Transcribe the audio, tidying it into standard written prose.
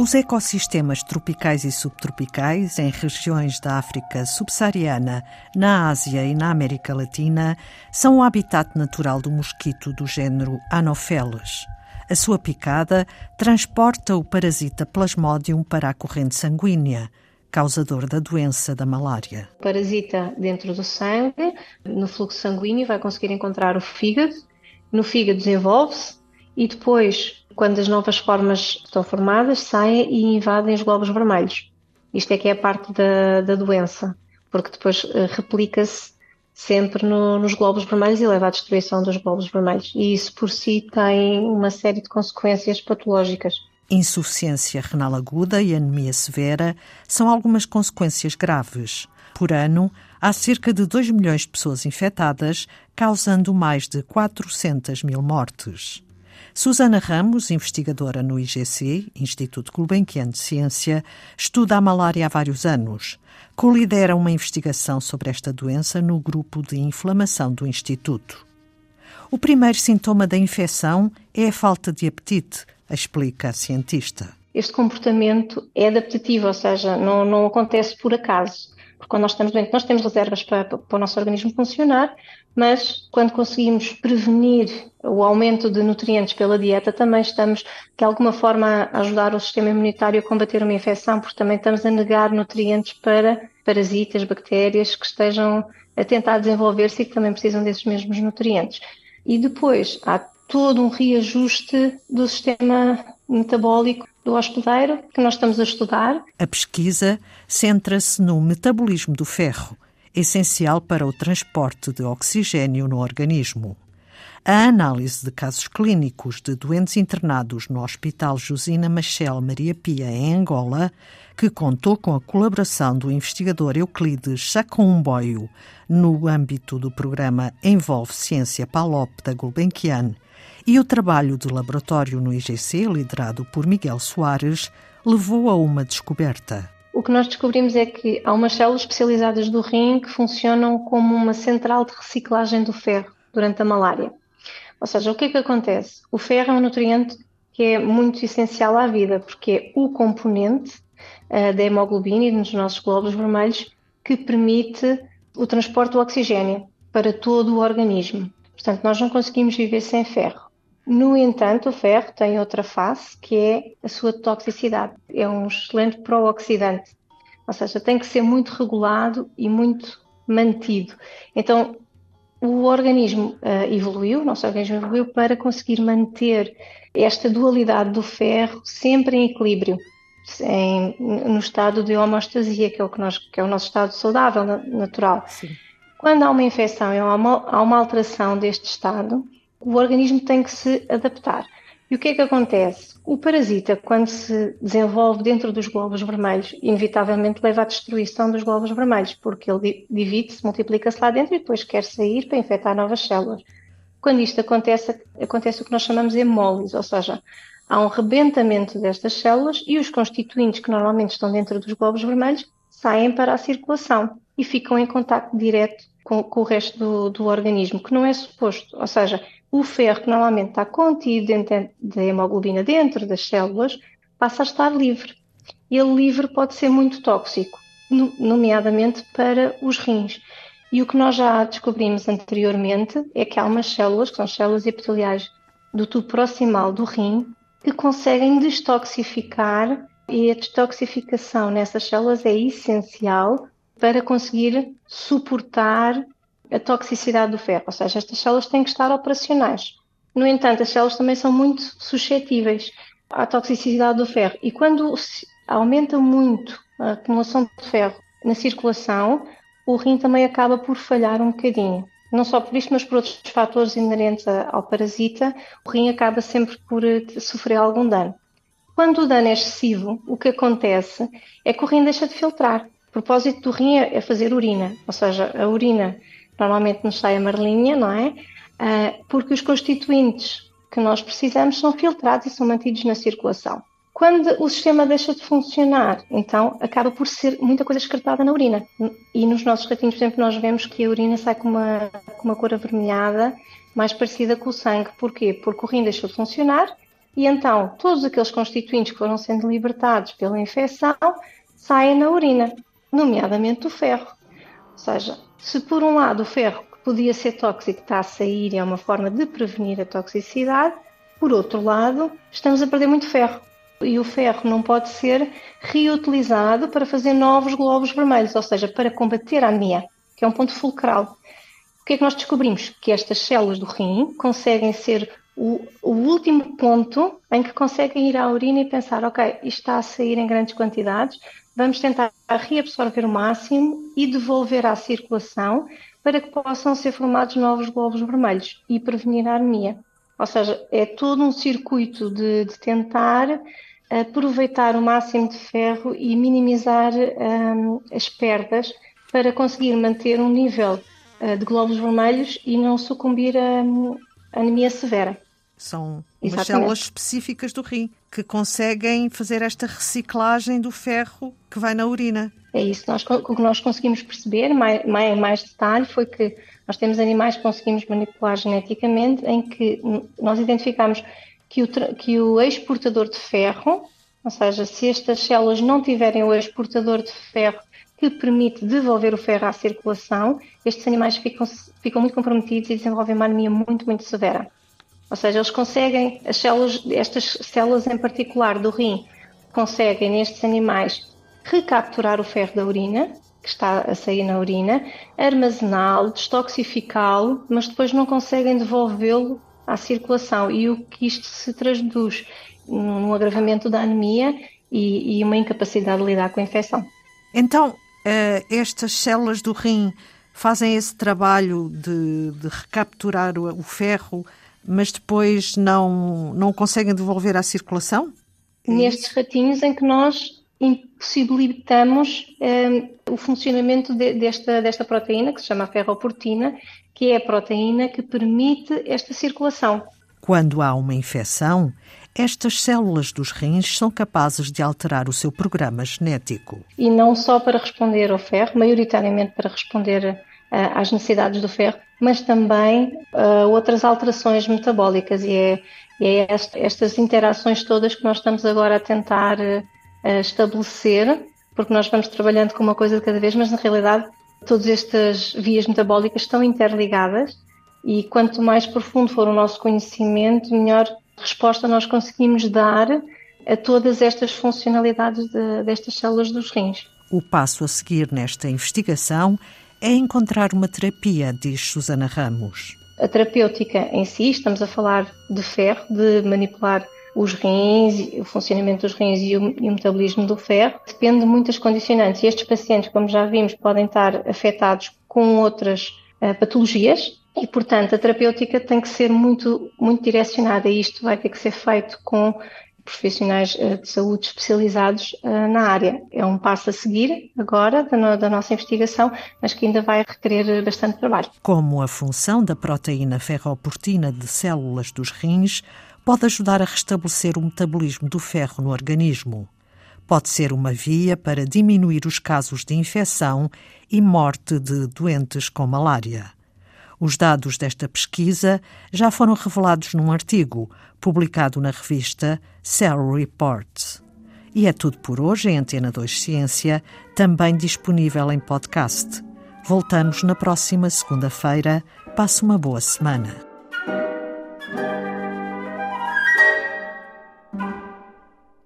Os ecossistemas tropicais e subtropicais em regiões da África subsaariana, na Ásia e na América Latina são o habitat natural do mosquito do género Anopheles. A sua picada transporta o parasita Plasmodium para a corrente sanguínea, causador da doença da malária. O parasita dentro do sangue, no fluxo sanguíneo, vai conseguir encontrar o fígado. No fígado desenvolve-se e depois, quando as novas formas estão formadas, saem e invadem os glóbulos vermelhos. Isto é que é a parte da doença, porque depois replica-se sempre nos glóbulos vermelhos e leva à destruição dos glóbulos vermelhos. E isso por si tem uma série de consequências patológicas. Insuficiência renal aguda e anemia severa são algumas consequências graves. Por ano, há cerca de 2 milhões de pessoas infectadas, causando mais de 400 mil mortes. Susana Ramos, investigadora no IGC, Instituto Gulbenkian de Ciência, estuda a malária há vários anos. Colidera uma investigação sobre esta doença no grupo de inflamação do Instituto. O primeiro sintoma da infecção é a falta de apetite, explica a cientista. Este comportamento é adaptativo, ou seja, não acontece por acaso. Porque quando nós estamos doentes, nós temos reservas para o nosso organismo funcionar, mas quando conseguimos prevenir o aumento de nutrientes pela dieta, também estamos, de alguma forma, a ajudar o sistema imunitário a combater uma infecção, porque também estamos a negar nutrientes para parasitas, bactérias que estejam a tentar desenvolver-se e que também precisam desses mesmos nutrientes. E depois há todo um reajuste do sistema metabólico do hospedeiro que nós estamos a estudar. A pesquisa centra-se no metabolismo do ferro, essencial para o transporte de oxigênio no organismo. A análise de casos clínicos de doentes internados no Hospital Josina Machel Maria Pia, em Angola, que contou com a colaboração do investigador Euclides Chacomboio no âmbito do programa Envolve Ciência PALOP da Gulbenkian, e o trabalho de laboratório no IGC, liderado por Miguel Soares, levou a uma descoberta. O que nós descobrimos é que há umas células especializadas do rim que funcionam como uma central de reciclagem do ferro durante a malária. Ou seja, o que é que acontece? O ferro é um nutriente que é muito essencial à vida, porque é o componente da hemoglobina e dos nossos glóbulos vermelhos que permite o transporte do oxigênio para todo o organismo. Portanto, nós não conseguimos viver sem ferro. No entanto, o ferro tem outra face, que é a sua toxicidade. É um excelente pró-oxidante, ou seja, tem que ser muito regulado e muito mantido. Então, o organismo evoluiu, o nosso organismo evoluiu para conseguir manter esta dualidade do ferro sempre em equilíbrio, no estado de homeostasia, que é o nosso estado saudável, natural. Sim. Quando há uma infecção e há uma alteração deste estado, o organismo tem que se adaptar. E o que é que acontece? O parasita, quando se desenvolve dentro dos glóbulos vermelhos, inevitavelmente leva à destruição dos glóbulos vermelhos, porque ele divide-se, multiplica-se lá dentro e depois quer sair para infectar novas células. Quando isto acontece o que nós chamamos de hemólise, ou seja, há um rebentamento destas células e os constituintes que normalmente estão dentro dos glóbulos vermelhos saem para a circulação e ficam em contacto direto com o resto do organismo, que não é suposto. Ou seja, o ferro que normalmente está contido dentro da hemoglobina dentro das células passa a estar livre. E ele livre pode ser muito tóxico, nomeadamente para os rins. E o que nós já descobrimos anteriormente é que há umas células, que são células epiteliais do tubo proximal do rim, que conseguem destoxificar, e a detoxificação nessas células é essencial para conseguir suportar a toxicidade do ferro, ou seja, estas células têm que estar operacionais. No entanto, as células também são muito suscetíveis à toxicidade do ferro e quando aumenta muito a acumulação de ferro na circulação, o rim também acaba por falhar um bocadinho. Não só por isto, mas por outros fatores inerentes ao parasita, o rim acaba sempre por sofrer algum dano. Quando o dano é excessivo, o que acontece é que o rim deixa de filtrar. O propósito do rim é fazer urina, ou seja, a urina normalmente nos sai amarelinha, não é? Porque os constituintes que nós precisamos são filtrados e são mantidos na circulação. Quando o sistema deixa de funcionar, então acaba por ser muita coisa excretada na urina. E nos nossos ratinhos, por exemplo, nós vemos que a urina sai com uma cor avermelhada, mais parecida com o sangue. Porquê? Porque o rim deixou de funcionar e então todos aqueles constituintes que foram sendo libertados pela infecção saem na urina, nomeadamente o ferro. Ou seja, se por um lado o ferro que podia ser tóxico está a sair e é uma forma de prevenir a toxicidade, por outro lado estamos a perder muito ferro. E o ferro não pode ser reutilizado para fazer novos glóbulos vermelhos, ou seja, para combater a anemia, que é um ponto fulcral. O que é que nós descobrimos? Que estas células do rim conseguem ser o último ponto em que conseguem ir à urina e pensar, ok, isto está a sair em grandes quantidades, vamos tentar reabsorver o máximo e devolver à circulação para que possam ser formados novos glóbulos vermelhos e prevenir a anemia. Ou seja, é todo um circuito de tentar aproveitar o máximo de ferro e minimizar as perdas para conseguir manter um nível de glóbulos vermelhos e não sucumbir a anemia severa. São umas células específicas do rim que conseguem fazer esta reciclagem do ferro que vai na urina. É isso. O que nós conseguimos perceber, mais detalhe, foi que nós temos animais que conseguimos manipular geneticamente, em que nós identificamos que o exportador de ferro, ou seja, se estas células não tiverem o exportador de ferro que permite devolver o ferro à circulação, estes animais ficam muito comprometidos e desenvolvem uma anemia muito, muito severa. Ou seja, eles conseguem, estas células em particular do rim, conseguem nestes animais recapturar o ferro da urina, que está a sair na urina, armazená-lo, destoxificá-lo, mas depois não conseguem devolvê-lo à circulação. E o que isto se traduz num agravamento da anemia e uma incapacidade de lidar com a infecção. Então, estas células do rim fazem esse trabalho de recapturar o ferro, mas depois não conseguem devolver à circulação? Nestes ratinhos em que nós impossibilitamos o funcionamento desta proteína, que se chama ferroportina, que é a proteína que permite esta circulação. Quando há uma infecção, estas células dos rins são capazes de alterar o seu programa genético. E não só para responder ao ferro, maioritariamente para responder às necessidades do ferro, mas também outras alterações metabólicas. E é estas interações todas que nós estamos agora a tentar estabelecer, porque nós vamos trabalhando com uma coisa de cada vez, mas na realidade todas estas vias metabólicas estão interligadas e quanto mais profundo for o nosso conhecimento, melhor resposta nós conseguimos dar a todas estas funcionalidades destas células dos rins. O passo a seguir nesta investigação é encontrar uma terapia, diz Susana Ramos. A terapêutica em si, estamos a falar de ferro, de manipular os rins, o funcionamento dos rins e o metabolismo do ferro, depende de muitas condicionantes. E estes pacientes, como já vimos, podem estar afetados com outras patologias e, portanto, a terapêutica tem que ser muito, muito direcionada e isto vai ter que ser feito com profissionais de saúde especializados na área. É um passo a seguir agora da nossa investigação, mas que ainda vai requerer bastante trabalho. Como a função da proteína ferroportina de células dos rins pode ajudar a restabelecer o metabolismo do ferro no organismo. Pode ser uma via para diminuir os casos de infecção e morte de doentes com malária. Os dados desta pesquisa já foram revelados num artigo publicado na revista Cell Reports. E é tudo por hoje em Antena 2 Ciência, também disponível em podcast. Voltamos na próxima segunda-feira. Passe uma boa semana.